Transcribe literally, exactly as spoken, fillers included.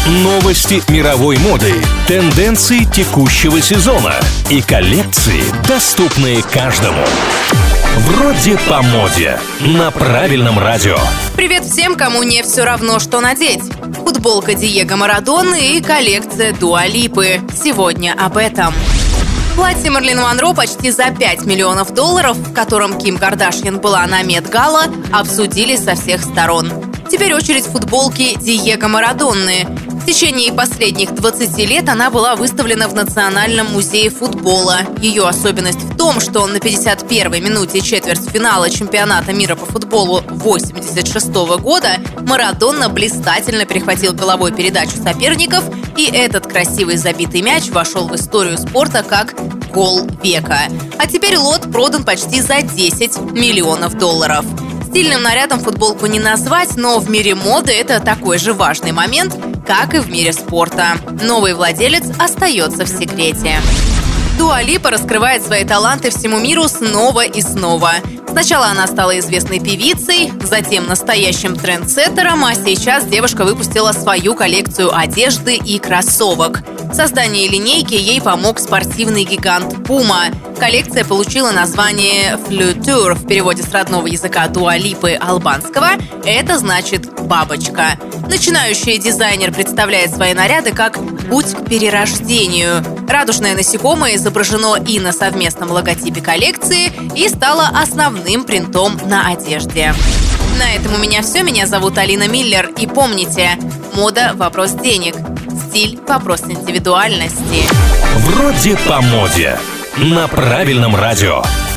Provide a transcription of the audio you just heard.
Новости мировой моды, тенденции текущего сезона и коллекции, доступные каждому. Вроде по моде. На правильном радио. Привет всем, кому не все равно, что надеть. Футболка Диего Марадоны и коллекция Дуа Липы. Сегодня об этом. Платье Мэрилин Монро почти за пять миллионов долларов, в котором Ким Кардашьян была на Мет-гала, обсудили со всех сторон. Теперь очередь футболки Диего Марадоны. В течение последних двадцати лет она была выставлена в Национальном музее футбола. Ее особенность в том, что на пятьдесят первой минуте четвертьфинала чемпионата мира по футболу восемьдесят шестого года Марадона блистательно перехватил головой передачу соперников, и этот красивый забитый мяч вошел в историю спорта как гол века. А теперь лот продан почти за десять миллионов долларов. Стильным нарядом футболку не назвать, но в мире моды это такой же важный момент, как и в мире спорта. Новый владелец остается в секрете. Дуа Липа раскрывает свои таланты всему миру снова и снова. Сначала она стала известной певицей, затем настоящим трендсеттером, а сейчас девушка выпустила свою коллекцию одежды и кроссовок. В создании линейки ей помог спортивный гигант Puma. Коллекция получила название «Flutteur», в переводе с родного языка Дуа Липы албанского. Это значит «бабочка». Начинающий дизайнер представляет свои наряды как «путь к перерождению». Радужное насекомое изображено и на совместном логотипе коллекции и стало основным принтом на одежде. На этом у меня все. Меня зовут Алина Миллер. И помните, мода – вопрос денег, стиль – вопрос индивидуальности. Вроде по моде. На правильном радио.